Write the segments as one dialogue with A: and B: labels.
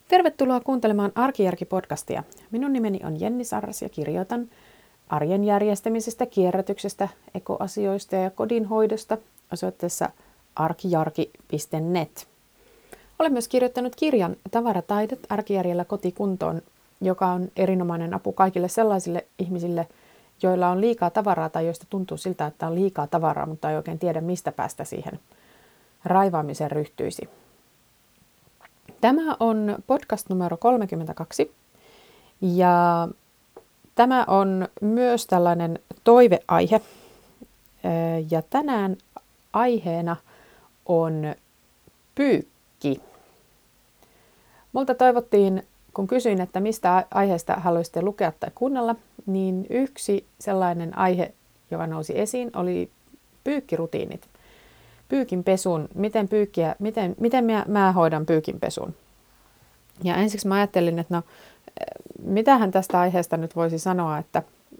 A: Tervetuloa kuuntelemaan Arkijärki-podcastia. Minun nimeni on Jenni Sarras ja kirjoitan arjen järjestämisestä, kierrätyksestä, ekoasioista ja kodinhoidosta osoitteessa arkijarki.net. Olen myös kirjoittanut kirjan Tavarataidot arkijärjellä kotikuntoon, joka on erinomainen apu kaikille sellaisille ihmisille, joilla on liikaa tavaraa tai joista tuntuu siltä, että on liikaa tavaraa, mutta ei oikein tiedä, mistä päästä siihen raivaamiseen ryhtyisi. Tämä on podcast numero 32 ja tämä on myös tällainen toiveaihe. Ja tänään aiheena on pyykki. Multa toivottiin, kun kysyin, että mistä aiheesta haluaisitte lukea tai kuunnella, niin yksi sellainen aihe, joka nousi esiin, oli pyykkirutiinit. Pyykinpesun, miten mä hoidan pyykinpesun. Ja ensiksi mä ajattelin, että mitähän tästä aiheesta nyt voisi sanoa, että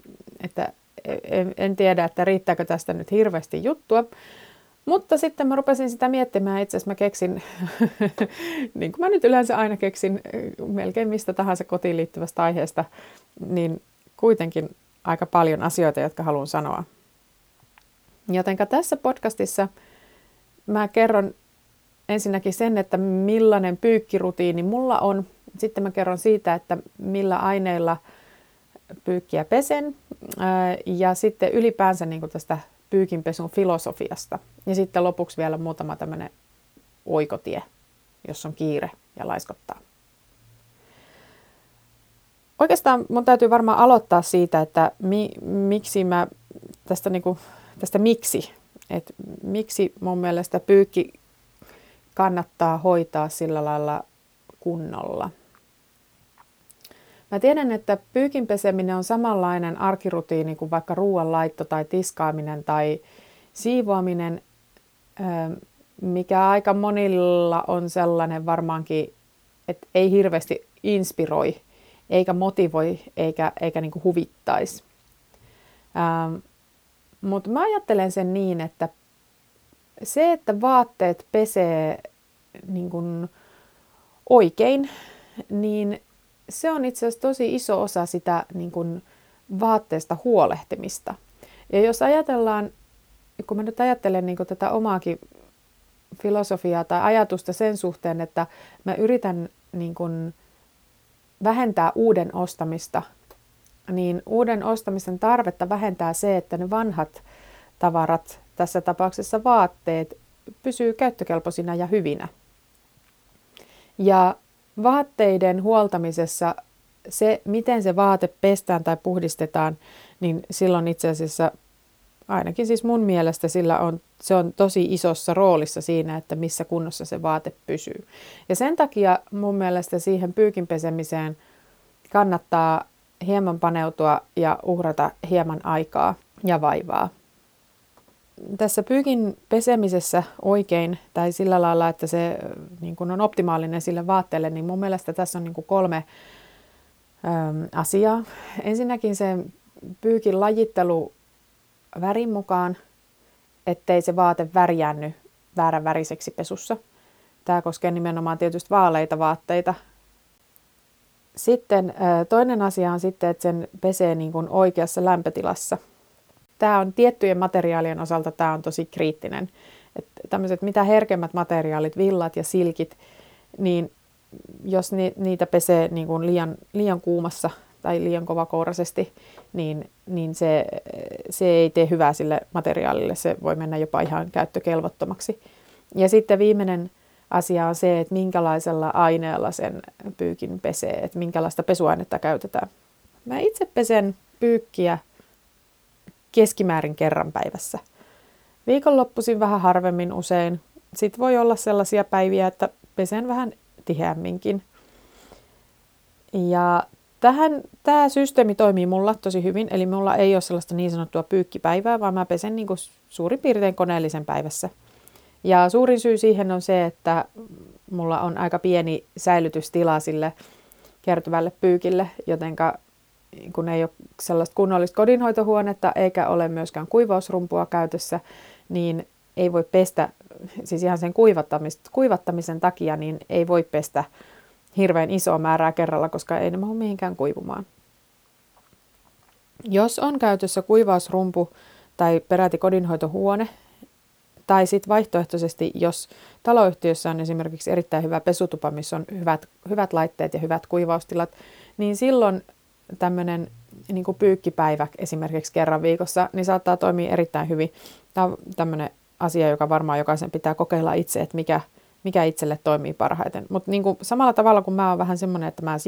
A: en tiedä, että riittääkö tästä nyt hirveästi juttua. Mutta sitten mä rupesin sitä miettimään, itse asiassa mä keksin, niin kuin mä nyt yleensä aina keksin melkein mistä tahansa kotiin liittyvästä aiheesta, niin kuitenkin aika paljon asioita, jotka haluan sanoa. Jotenka tässä podcastissa mä kerron ensinnäkin sen, että millainen pyykkirutiini mulla on. Sitten mä kerron siitä, että millä aineilla pyykkiä pesen. Ja sitten ylipäänsä niin kuin tästä pyykinpesun filosofiasta. Ja sitten lopuksi vielä muutama tämmöinen oikotie, jos on kiire ja laiskottaa. Oikeastaan mun täytyy varmaan aloittaa siitä, että miksi mä tästä miksi. Että miksi mun mielestä pyykki kannattaa hoitaa sillä lailla kunnolla. Mä tiedän, että pyykin peseminen on samanlainen arkirutiini kuin vaikka ruoanlaitto tai tiskaaminen tai siivoaminen, mikä aika monilla on sellainen varmaankin, että ei hirveästi inspiroi, eikä motivoi, eikä niin kuin huvittaisi. Mutta mä ajattelen sen niin, että se, että vaatteet pesee niin kuin oikein, niin se on itse asiassa tosi iso osa sitä niin kuin vaatteesta huolehtimista. Ja jos ajatellaan, kun mä nyt ajattelen niin kuin tätä omaakin filosofiaa tai ajatusta sen suhteen, että mä yritän niin kuin vähentää uuden ostamista, niin uuden ostamisen tarvetta vähentää se, että ne vanhat tavarat, tässä tapauksessa vaatteet, pysyy käyttökelpoisina ja hyvinä. Ja vaatteiden huoltamisessa se, miten se vaate pestään tai puhdistetaan, niin silloin itse asiassa, ainakin siis mun mielestä, se on tosi isossa roolissa siinä, että missä kunnossa se vaate pysyy. Ja sen takia mun mielestä siihen pyykin pesemiseen kannattaa hieman paneutua ja uhrata hieman aikaa ja vaivaa. Tässä pyykin pesemisessä oikein tai sillä lailla, että se niin kun on optimaalinen sille vaatteelle, niin mun mielestä tässä on niin kun 3 asiaa. Ensinnäkin se pyykin lajittelu värin mukaan, ettei se vaate värjäänny väärän väriseksi pesussa. Tämä koskee nimenomaan tietysti vaaleita vaatteita. Sitten toinen asia on sitten, että sen pesee niin kuin oikeassa lämpötilassa. Tämä on tiettyjen materiaalien osalta tämä on tosi kriittinen. Että tämmöiset mitä herkemmät materiaalit, villat ja silkit, niin jos niitä pesee niin kuin liian kuumassa tai liian kovakouraisesti, niin se ei tee hyvää sille materiaalille. Se voi mennä jopa ihan käyttökelvottomaksi. Ja sitten viimeinen asia on se, että minkälaisella aineella sen pyykin pesee, että minkälaista pesuainetta käytetään. Mä itse pesen pyykkiä keskimäärin kerran päivässä. Viikonloppuisin vähän harvemmin usein. Sitten voi olla sellaisia päiviä, että pesen vähän tiheämminkin. Ja tämä systeemi toimii mulla tosi hyvin, eli mulla ei ole sellaista niin sanottua pyykkipäivää, vaan mä pesen niin kuin suurin piirtein koneellisen päivässä. Ja suurin syy siihen on se, että mulla on aika pieni säilytystila sille kertyvälle pyykille, jotenka kun ei ole sellaista kunnollista kodinhoitohuonetta eikä ole myöskään kuivausrumpua käytössä, niin ei voi pestä, siis ihan sen kuivattamisen takia, niin ei voi pestä hirveän isoa määrää kerralla, koska ei ne mahdu mihinkään kuivumaan. Jos on käytössä kuivausrumpu tai peräti kodinhoitohuone, tai sitten vaihtoehtoisesti, jos taloyhtiössä on esimerkiksi erittäin hyvä pesutupa, missä on hyvät laitteet ja hyvät kuivaustilat, niin silloin tämmöinen niin kuin pyykkipäivä esimerkiksi kerran viikossa, niin saattaa toimia erittäin hyvin. Tämä on tämmöinen asia, joka varmaan jokaisen pitää kokeilla itse, että mikä itselle toimii parhaiten. Mutta niin kuin samalla tavalla kuin mä oon vähän semmoinen, että mä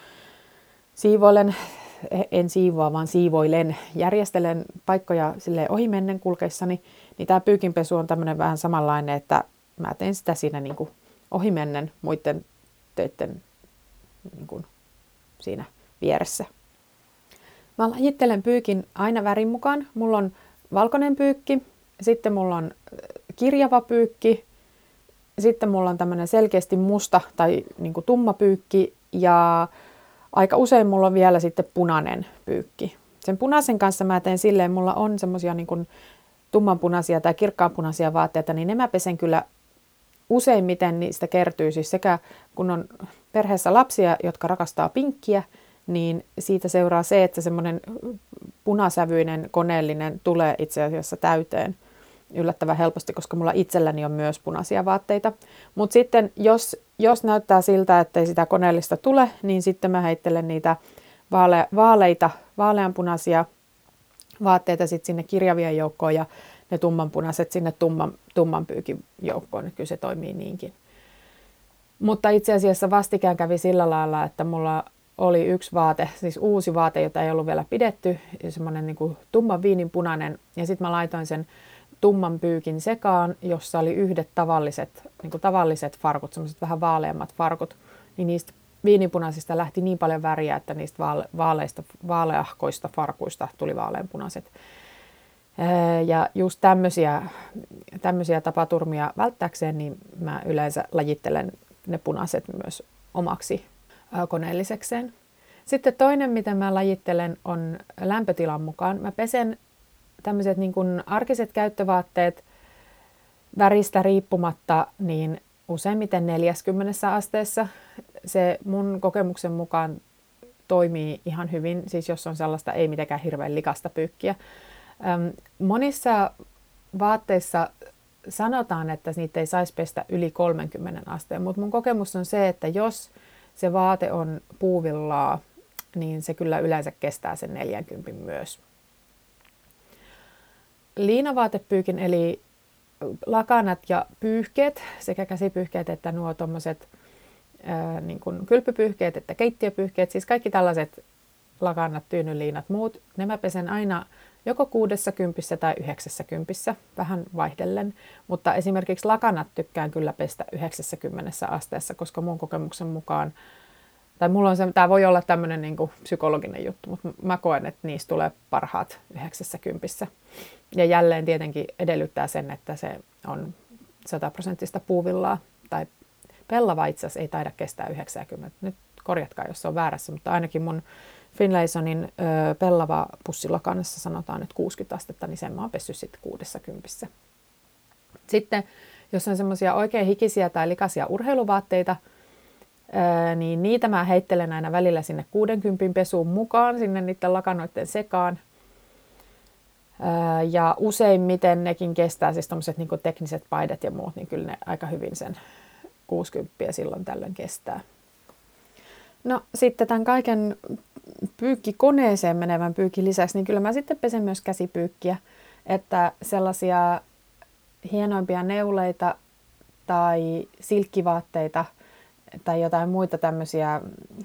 A: en siivoa, vaan siivoilen, järjestelen paikkoja silleen ohimennen kulkeissani, niin tämä pyykinpesu on tämmöinen vähän samanlainen, että mä teen sitä siinä niin kuin ohimennen muiden töiden niin kuin siinä vieressä. Mä lajittelen pyykin aina värin mukaan. Mulla on valkoinen pyykki, sitten mulla on kirjava pyykki, sitten mulla on tämmöinen selkeästi musta tai niin kuin tumma pyykki ja aika usein mulla on vielä sitten punainen pyykki. Sen punaisen kanssa mä teen silleen, mulla on semmosia niin kuin tummanpunaisia tai kirkkaanpunaisia vaatteita, niin ne mä pesen kyllä useimmiten niistä kertyy. Siis sekä kun on perheessä lapsia, jotka rakastaa pinkkiä, niin siitä seuraa se, että semmoinen punasävyinen koneellinen tulee itse asiassa täyteen yllättävän helposti, koska mulla itselläni on myös punaisia vaatteita. Mutta sitten jos näyttää siltä, että ei sitä koneellista tule, niin sitten mä heittelen niitä vaaleanpunaisia vaatteita sitten sinne kirjavien joukkoon ja ne tummanpunaiset sinne tumman pyykin joukkoon. Kyllä se toimii niinkin. Mutta itse asiassa vastikään kävi sillä lailla, että mulla oli yksi vaate, siis uusi vaate, jota ei ollut vielä pidetty, semmoinen niin kuin tumman viininpunainen. Ja sitten mä laitoin sen tumman pyykin sekaan, jossa oli yhdet tavalliset farkut, semmoiset vähän vaaleammat farkut. Niin niistä viinipunaisista lähti niin paljon väriä, että niistä vaaleahkoista farkuista tuli vaaleanpunaiset. Ja just tämmöisiä tapaturmia välttääkseen, niin mä yleensä lajittelen ne punaiset myös omaksi koneellisekseen. Sitten toinen, mitä mä lajittelen, on lämpötilan mukaan. Mä pesen tämmöiset niin kuin arkiset käyttövaatteet väristä riippumatta niin useimmiten 40 asteessa. Se mun kokemuksen mukaan toimii ihan hyvin, siis jos on sellaista ei mitenkään hirveän likasta pyykkiä. Monissa vaatteissa sanotaan, että niitä ei saisi pestä yli 30 asteen, mutta mun kokemus on se, että jos se vaate on puuvillaa, niin se kyllä yleensä kestää sen 40 myös. Liinavaatepyykin eli lakanat ja pyyhkeet, sekä käsipyyhkeet että nuo tommoset niin kuin kylpypyyhkeet että keittiöpyyhkeet, siis kaikki tällaiset lakanat, tyynyliinat, muut, ne mä pesen aina joko 60 tai 90, vähän vaihdellen, mutta esimerkiksi lakanat tykkään kyllä pestä 90 asteessa, koska mun kokemuksen mukaan, tai mulla on tämä voi olla tämmöinen niin kuin psykologinen juttu, mutta mä koen, että niistä tulee parhaat 90. Ja jälleen tietenkin edellyttää sen, että se on 100% puuvillaa, tai pellava itse asiassa ei taida kestää 90. Nyt korjatkaa, jos se on väärässä, mutta ainakin mun Finlaysonin pellava pussilakannassa sanotaan, että 60 astetta, niin sen mä oon pessyt sitten 60. Sitten, jos on semmoisia oikein hikisiä tai likaisia urheiluvaatteita, niin niitä mä heittelen aina välillä sinne 60 pesuun mukaan, sinne niiden lakanoiden sekaan. Ja useimmiten nekin kestää, siis tommoset niin kuin tekniset paidat ja muut, niin kyllä ne aika hyvin sen 60 silloin tällöin kestää. No sitten tämän kaiken pyykkikoneeseen menevän pyykin lisäksi, niin kyllä mä sitten pesen myös käsipyykkiä, että sellaisia hienoimpia neuleita tai silkkivaatteita tai jotain muita tämmöisiä,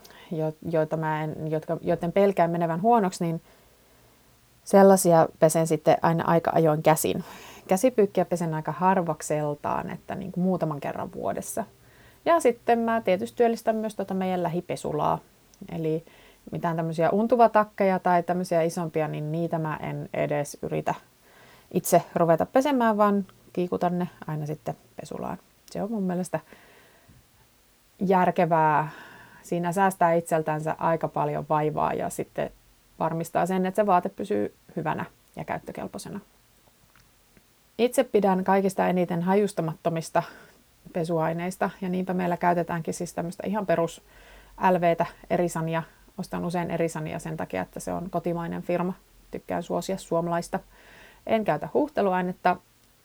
A: joiden pelkään menevän huonoksi, niin sellaisia pesen sitten aina aika ajoin käsin. Käsipyykkiä pesen aika harvakseltaan, että niin kuin muutaman kerran vuodessa. Ja sitten mä tietysti työllistän myös meidän lähipesulaa. Eli mitään tämmöisiä untuvatakkeja tai tämmöisiä isompia, niin niitä mä en edes yritä itse ruveta pesemään, vaan kiikutan ne aina sitten pesulaan. Se on mun mielestä järkevää. Siinä säästää itseltänsä aika paljon vaivaa ja sitten varmistaa sen, että se vaate pysyy hyvänä ja käyttökelpoisena. Itse pidän kaikista eniten hajustamattomista pesuaineista. Ja niinpä meillä käytetäänkin siis tämmöistä ihan perus LVtä Erisania. Ostan usein Erisania sen takia, että se on kotimainen firma. Tykkään suosia suomalaista. En käytä huuhteluainetta,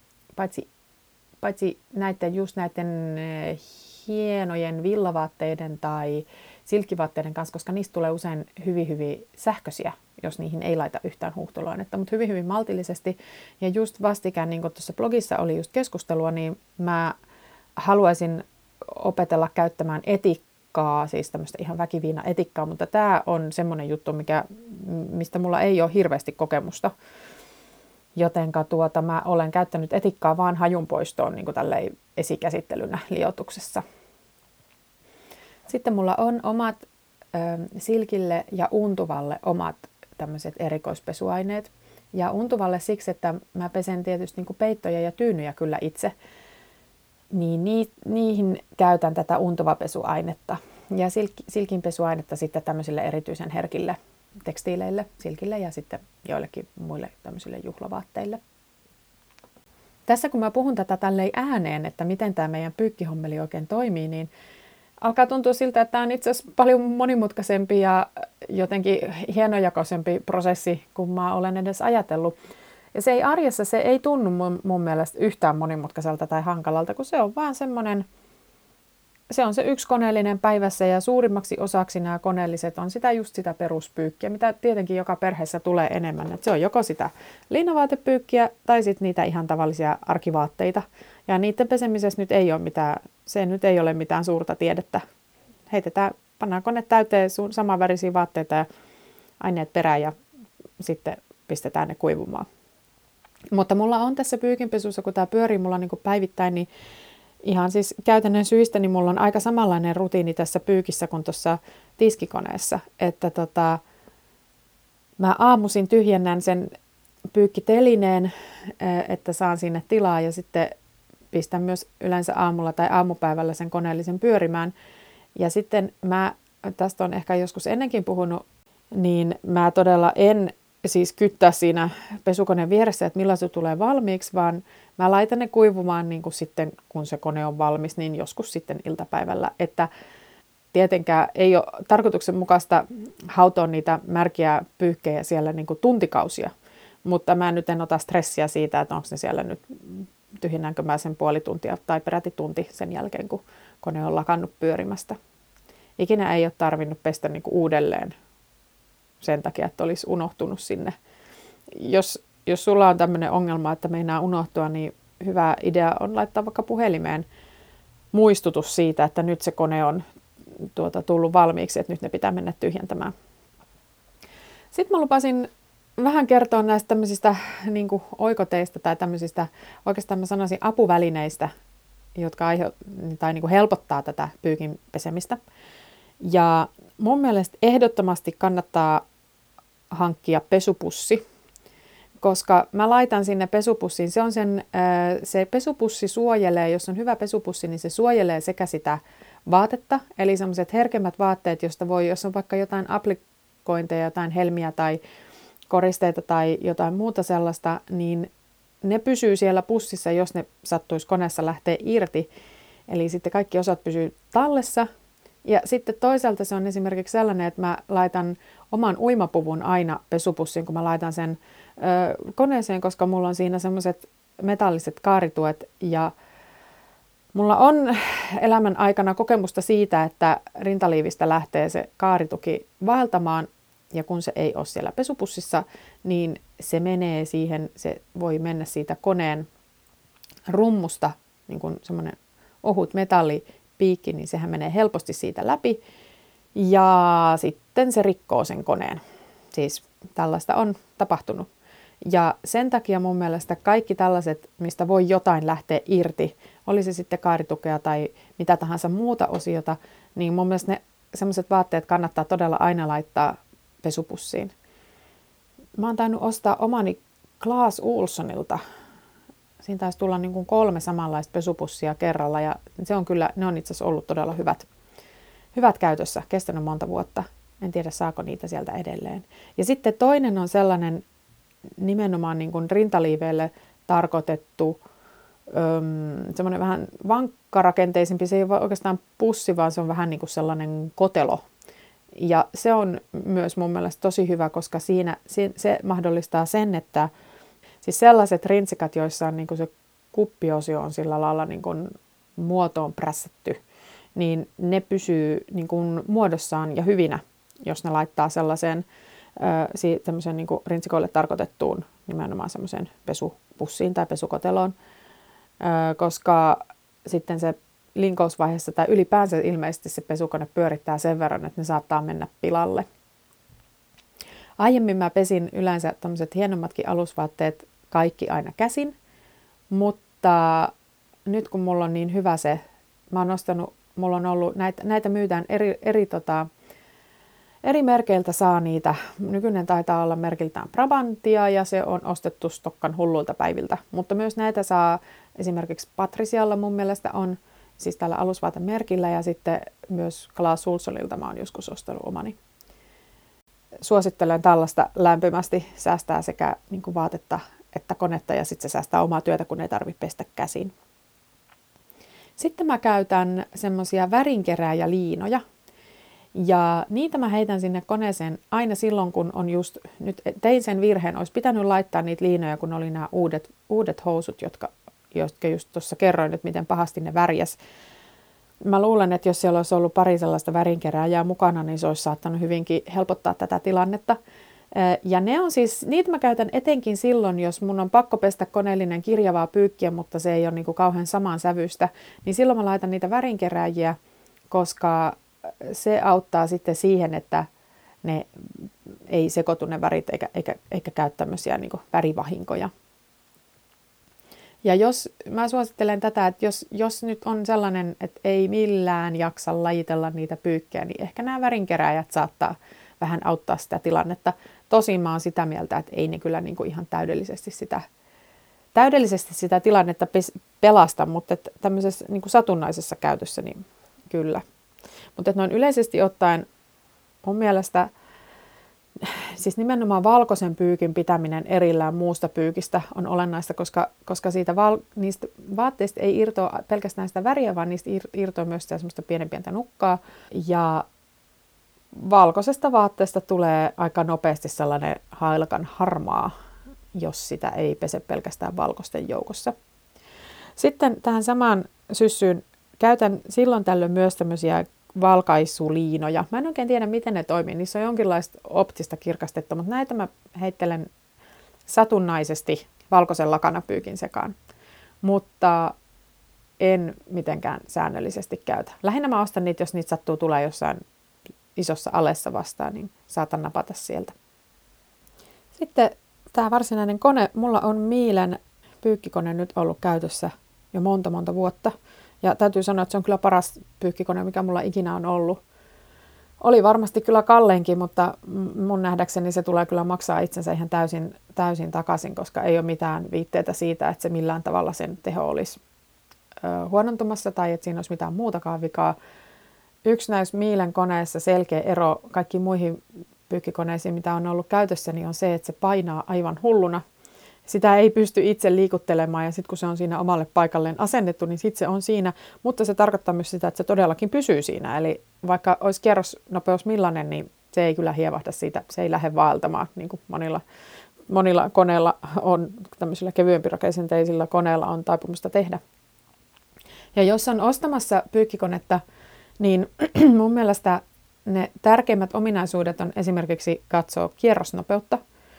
A: paitsi näiden hienojen villavaatteiden tai silkkivaatteiden kanssa, koska niistä tulee usein hyvin sähköisiä, jos niihin ei laita yhtään huuhteluainetta, mutta hyvin maltillisesti. Ja just vastikään, niin kuin tuossa blogissa oli just keskustelua, niin mä haluaisin opetella käyttämään etikkaa, siis tämmöistä ihan väkiviina-etikkaa, mutta tämä on semmoinen juttu, mistä mulla ei ole hirveästi kokemusta. Jotenka mä olen käyttänyt etikkaa vaan hajunpoistoon niin kuin tälleen esikäsittelynä liotuksessa. Sitten mulla on omat silkille ja untuvalle omat tämmöiset erikoispesuaineet. Ja untuvalle siksi, että mä pesen tietysti niin kuin peittoja ja tyynyjä kyllä itse, niin niihin käytän tätä untuvapesuainetta. Ja silkinpesuainetta sitten tämmöisille erityisen herkille tekstiileille, silkille ja sitten joillekin muille tämmöisille juhlavaatteille. Tässä kun mä puhun tätä tälleen ääneen, että miten tämä meidän pyykkihommeli oikein toimii, niin alkaa tuntua siltä, että tämä on itse asiassa paljon monimutkaisempi ja jotenkin hienojakoisempi prosessi, kuin mä olen edes ajatellut. Ja se ei arjessa, se ei tunnu mun mielestä yhtään monimutkaiselta tai hankalalta, kun se on vaan semmoinen, se on se yksi koneellinen päivässä ja suurimmaksi osaksi nämä koneelliset on just sitä peruspyykkiä, mitä tietenkin joka perheessä tulee enemmän. Et se on joko sitä liinavaatepyykkiä tai sitten niitä ihan tavallisia arkivaatteita. Ja niiden pesemisessä nyt ei ole se ei ole mitään suurta tiedettä. Pannaan kone täyteen samanvärisiä vaatteita ja aineet perään ja sitten pistetään ne kuivumaan. Mutta mulla on tässä pyykinpesussa, kun tämä pyörii mulla niin kuin päivittäin, niin ihan siis käytännön syistä niin mulla on aika samanlainen rutiini tässä pyykissä kuin tuossa tiskikoneessa, että mä aamuisin tyhjennän sen pyykkitelineen, että saan sinne tilaa ja sitten pistän myös yleensä aamulla tai aamupäivällä sen koneellisen pyörimään. Ja sitten tästä on ehkä joskus ennenkin puhunut, niin mä todella en siis kyttää siinä pesukoneen vieressä, että milloin se tulee valmiiksi, vaan mä laitan ne kuivumaan niin kuin sitten, kun se kone on valmis, niin joskus sitten iltapäivällä. Että tietenkään ei ole tarkoituksenmukaista hautoa niitä märkiä pyyhkejä siellä niin kuin tuntikausia, mutta mä nyt en ota stressiä siitä, että onko ne siellä nyt, tyhjennänkö mä sen puoli tuntia tai peräti tunti sen jälkeen, kun kone on lakannut pyörimästä. Ikinä ei ole tarvinnut pestä niin kuin uudelleen sen takia, että olisi unohtunut sinne. Jos sulla on tämmöinen ongelma, että meinaa unohtua, niin hyvä idea on laittaa vaikka puhelimeen muistutus siitä, että nyt se kone on tullut valmiiksi, että nyt ne pitää mennä tyhjentämään. Sitten mä lupasin vähän kertoa näistä tämmöisistä niin kuin oikoteista tai tämmöisistä, oikeastaan mä sanoisin apuvälineistä, jotka niin kuin helpottaa tätä pyykin pesemistä. Ja mun mielestä ehdottomasti kannattaa hankkia pesupussi, koska mä laitan sinne pesupussiin. Se pesupussi suojelee, jos on hyvä pesupussi, niin se suojelee sekä sitä vaatetta, eli sellaiset herkemmät vaatteet, josta jos on vaikka jotain applikointeja, jotain helmiä tai koristeita tai jotain muuta sellaista, niin ne pysyy siellä pussissa, jos ne sattuisi koneessa lähteä irti. Eli sitten kaikki osat pysyy tallessa. Ja sitten toisaalta se on esimerkiksi sellainen, että mä laitan oman uimapuvun aina pesupussiin, kun mä laitan sen koneeseen, koska mulla on siinä semmoiset metalliset kaarituet. Ja mulla on elämän aikana kokemusta siitä, että rintaliivistä lähtee se kaarituki vaeltamaan. Ja kun se ei ole siellä pesupussissa, niin se menee siihen, se voi mennä siitä koneen rummusta, niin kuin semmoinen ohut metallipiikki, niin sehän menee helposti siitä läpi. Ja sitten se rikkoo sen koneen. Siis tällaista on tapahtunut. Ja sen takia mun mielestä kaikki tällaiset, mistä voi jotain lähteä irti, oli se sitten kaaritukea tai mitä tahansa muuta osiota, niin mun mielestä ne sellaiset vaatteet kannattaa todella aina laittaa pesupussiin. Mä oon tainnut ostaa omani Clas Ohlsonilta. Siinä taisi tulla niin kuin 3 samanlaista pesupussia kerralla ja ne on itse asiassa ollut todella hyvät käytössä, kestänyt monta vuotta. En tiedä saako niitä sieltä edelleen. Ja sitten toinen on sellainen nimenomaan niin kuin rintaliiveille tarkoitettu semmoinen vähän vankkarakenteisempi. Se ei ole oikeastaan pussi, vaan se on vähän niin kuin sellainen kotelo. Ja se on myös mun mielestä tosi hyvä, koska se mahdollistaa sen, että siis sellaiset rintsikat, joissa on niin kuin se kuppiosio on sillä lailla niin kuin muotoon prässätty, niin ne pysyy niin kuin muodossaan ja hyvinä, jos ne laittaa sellaiseen tämmöisen niin kuin rintsikoille tarkoitettuun nimenomaan semmoiseen pesupussiin tai pesukoteloon, koska sitten se linkousvaiheessa tai ylipäänsä ilmeisesti se pesukone pyörittää sen verran, että ne saattaa mennä pilalle. Aiemmin mä pesin yleensä tämmöiset hienommatkin alusvaatteet kaikki aina käsin, mutta nyt kun mulla on niin hyvä se, mä oon ostanut, mulla on ollut, näitä myydään eri merkeiltä saa niitä. Nykyinen taitaa olla merkiltään Brabantia ja se on ostettu Stokkan hullulta päiviltä, mutta myös näitä saa esimerkiksi Patricialla mun mielestä on, siis tällä alusvaatemerkillä ja sitten myös Clas Ohlsonilta mä oon joskus ostanut omani. Suosittelen tällaista lämpimästi, säästää sekä niin kuin vaatetta että konetta ja sitten se säästää omaa työtä, kun ei tarvitse pestä käsin. Sitten mä käytän semmoisia värinkerääjäliinoja ja niitä mä heitän sinne koneeseen aina silloin, kun on just, nyt tein sen virheen, olisi pitänyt laittaa niitä liinoja, kun oli nämä uudet housut, jotka just tuossa kerroin, että miten pahasti ne värjäs. Mä luulen, että jos siellä olisi ollut pari sellaista värinkerääjää mukana, niin se olisi saattanut hyvinkin helpottaa tätä tilannetta. Ja ne on siis, niitä mä käytän etenkin silloin, jos mun on pakko pestä koneellinen kirjavaa pyykkiä, mutta se ei ole niin kuin kauhean saman sävystä, niin silloin mä laitan niitä värinkerääjiä, koska se auttaa sitten siihen, että ne ei sekoitu ne värit eikä käy tämmöisiä niin kuin värivahinkoja. Ja mä suosittelen tätä, että jos nyt on sellainen, että ei millään jaksa lajitella niitä pyykkejä, niin ehkä nämä värinkerääjät saattaa vähän auttaa sitä tilannetta. Tosin mä oon sitä mieltä, että ei ne kyllä niin kuin ihan täydellisesti sitä tilannetta pelasta, mutta että tämmöisessä niin kuin satunnaisessa käytössä niin kyllä. Mutta noin yleisesti ottaen mun mielestä siis nimenomaan valkoisen pyykin pitäminen erillään muusta pyykistä on olennaista, koska niistä vaatteista ei irtoa pelkästään sitä väriä, vaan niistä irtoaa myös sitä semmoista pientä nukkaa. Ja valkoisesta vaatteesta tulee aika nopeasti sellainen hailkan harmaa, jos sitä ei pese pelkästään valkoisten joukossa. Sitten tähän samaan syssyyn käytän silloin tällöin myös tämmöisiä valkaisuliinoja. Mä en oikein tiedä, miten ne toimii. Niissä on jonkinlaista optista kirkastetta, mutta näitä mä heittelen satunnaisesti valkoisen lakanapyykin sekaan. Mutta en mitenkään säännöllisesti käytä. Lähinnä mä ostan niitä, jos niitä sattuu tulee jossain isossa alessa vastaan, niin saatan napata sieltä. Sitten tämä varsinainen kone. Mulla on Miilen pyykkikone nyt ollut käytössä jo monta vuotta. Ja täytyy sanoa, että se on kyllä paras pyykkikone, mikä mulla ikinä on ollut. Oli varmasti kyllä kalleinkin, mutta mun nähdäkseni se tulee kyllä maksaa itsensä ihan täysin takaisin, koska ei ole mitään viitteitä siitä, että se millään tavalla sen teho olisi huonontumassa tai että siinä olisi mitään muutakaan vikaa. Yksi näissä Miilen koneissa selkeä ero kaikkiin muihin pyykkikoneisiin, mitä on ollut käytössä, niin on se, että se painaa aivan hulluna. Sitä ei pysty itse liikuttelemaan ja sitten kun se on siinä omalle paikalleen asennettu, niin sitten se on siinä, mutta se tarkoittaa myös sitä, että se todellakin pysyy siinä. Eli vaikka olisi kierrosnopeus millainen, niin se ei kyllä hievahda siitä, se ei lähde vaeltamaan, niin kuin monilla koneilla on, tämmöisillä kevyempirakenteisilla koneilla on taipumusta tehdä. Ja jos on ostamassa pyykkikonetta, niin mun mielestä ne tärkeimmät ominaisuudet on esimerkiksi katsoa kierrosnopeutta,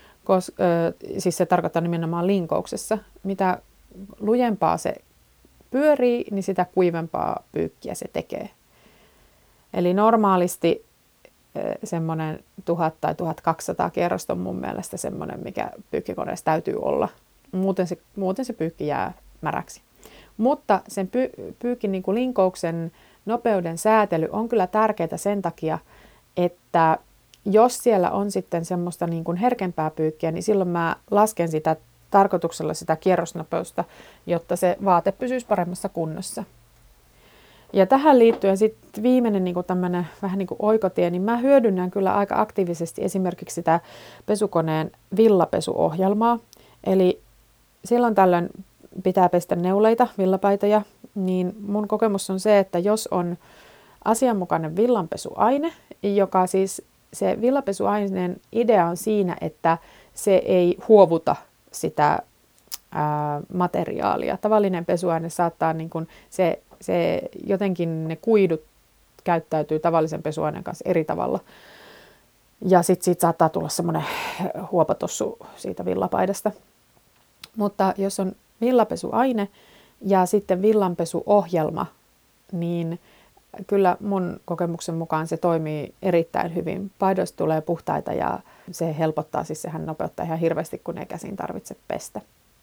A: siis se tarkoittaa nimenomaan linkouksessa. Mitä lujempaa se pyörii, niin sitä kuivempaa pyykkiä se tekee. Eli normaalisti semmoinen 1000 tai 1200 kierrosta on mun mielestä semmoinen, mikä pyykkikoneessa täytyy olla. Muuten se pyykki jää märäksi. Mutta sen pyykin niin kuin linkouksen nopeuden säätely on kyllä tärkeää sen takia, että jos siellä on sitten semmoista niin kuin herkempää pyykkiä, niin silloin mä lasken sitä tarkoituksella sitä kierrosnopeusta, jotta se vaate pysyisi paremmassa kunnossa. Ja tähän liittyen sitten viimeinen niin kuin tämmöinen vähän niin kuin oikotie, niin mä hyödynnän kyllä aika aktiivisesti esimerkiksi sitä pesukoneen villapesuohjelmaa. Eli silloin tällöin pitää pestä neuleita, villapaitoja, niin mun kokemus on se, että jos on asianmukainen villanpesuaine, joka siis se villapesuaineen idea on siinä, että se ei huovuta sitä materiaalia. Tavallinen pesuaine saattaa, niin kun se jotenkin ne kuidut käyttäytyy tavallisen pesuaineen kanssa eri tavalla. Ja sitten siitä saattaa tulla semmoinen huopatossu siitä villapaidasta. Mutta jos on villapesuaine ja sitten villanpesuohjelma, niin kyllä mun kokemuksen mukaan se toimii erittäin hyvin. Paidoista tulee puhtaita ja se helpottaa, siis sehän nopeuttaa ihan hirveästi, kun ei käsin tarvitse pestä.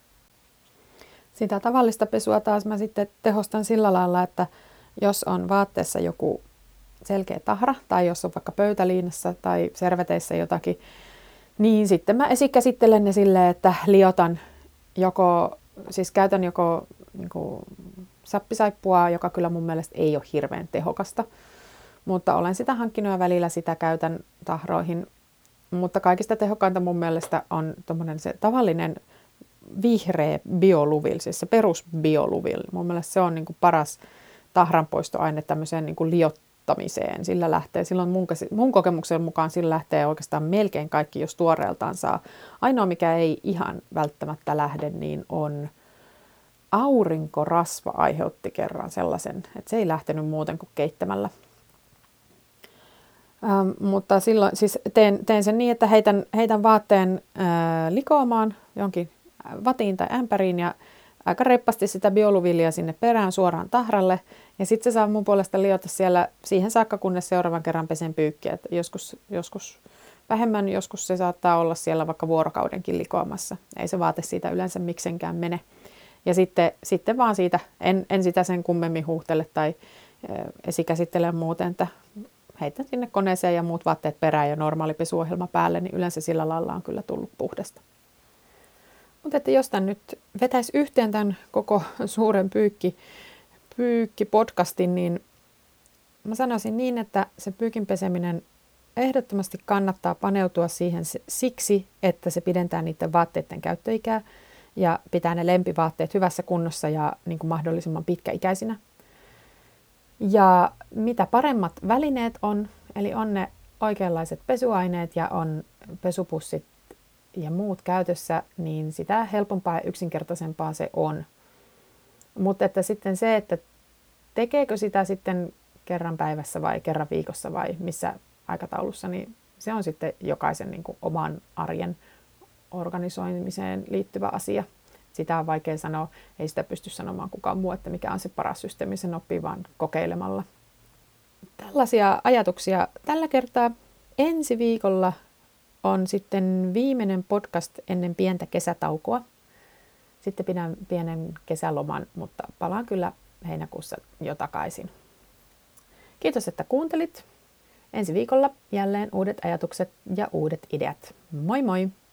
A: Sitä tavallista pesua taas mä sitten tehostan sillä lailla, että jos on vaatteessa joku selkeä tahra tai jos on vaikka pöytäliinassa tai serveteissä jotakin, niin sitten mä esikäsittelen ne silleen, että liotan käytän joko niin kuin sappisaippua, joka kyllä mun mielestä ei ole hirveän tehokasta, mutta olen sitä hankkinut ja välillä sitä käytän tahroihin. Mutta kaikista tehokkainta mun mielestä on tommonen se tavallinen vihreä bioluvil, siis se perus bioluvil. Mun mielestä se on niin kuin paras tahranpoistoaine tämmöiseen niin kuin liottamiseen. Sillä lähtee, silloin mun kokemuksen mukaan sillä lähtee oikeastaan melkein kaikki, jos tuoreeltaan saa. Ainoa, mikä ei ihan välttämättä lähde, niin on aurinkorasva aiheutti kerran sellaisen, että se ei lähtenyt muuten kuin keittämällä. Mutta silloin siis teen sen niin, että heitän vaatteen likoamaan jonkin vatiin tai ämpäriin ja aika reppasti sitä bioluvilia sinne perään suoraan tahralle. Ja sitten se saa mun puolesta liota siellä siihen saakka, kunnes seuraavan kerran pesen pyykkiä. Joskus vähemmän, joskus se saattaa olla siellä vaikka vuorokaudenkin likoamassa. Ei se vaate siitä yleensä miksenkään mene. Ja sitten vaan siitä, en sitä sen kummemmin huuhtele tai esikäsittele muuten, että heitän sinne koneeseen ja muut vaatteet perään ja normaali pesuohjelma päälle, niin yleensä sillä lailla on kyllä tullut puhdasta. Mutta että jos tämän nyt vetäisi yhteen tämän koko suuren pyykkipodcastin, niin mä sanoisin niin, että se pyykin peseminen ehdottomasti kannattaa paneutua siihen siksi, että se pidentää niiden vaatteiden käyttöikää ja pitää ne lempivaatteet hyvässä kunnossa ja niin kuin mahdollisimman pitkäikäisinä. Ja mitä paremmat välineet on, eli on ne oikeanlaiset pesuaineet ja on pesupussit ja muut käytössä, niin sitä helpompaa ja yksinkertaisempaa se on. Mutta että sitten se, että tekeekö sitä sitten kerran päivässä vai kerran viikossa vai missä aikataulussa, niin se on sitten jokaisen niin kuin oman arjen organisoimiseen liittyvä asia. Sitä on vaikea sanoa, ei sitä pysty sanomaan kukaan muu, että mikä on se paras systeemi, sen oppii vaan kokeilemalla. Tällaisia ajatuksia tällä kertaa. Ensi viikolla on sitten viimeinen podcast ennen pientä kesätaukoa. Sitten pidän pienen kesäloman, mutta palaan kyllä heinäkuussa jo takaisin. Kiitos, että kuuntelit. Ensi viikolla jälleen uudet ajatukset ja uudet ideat. Moi moi!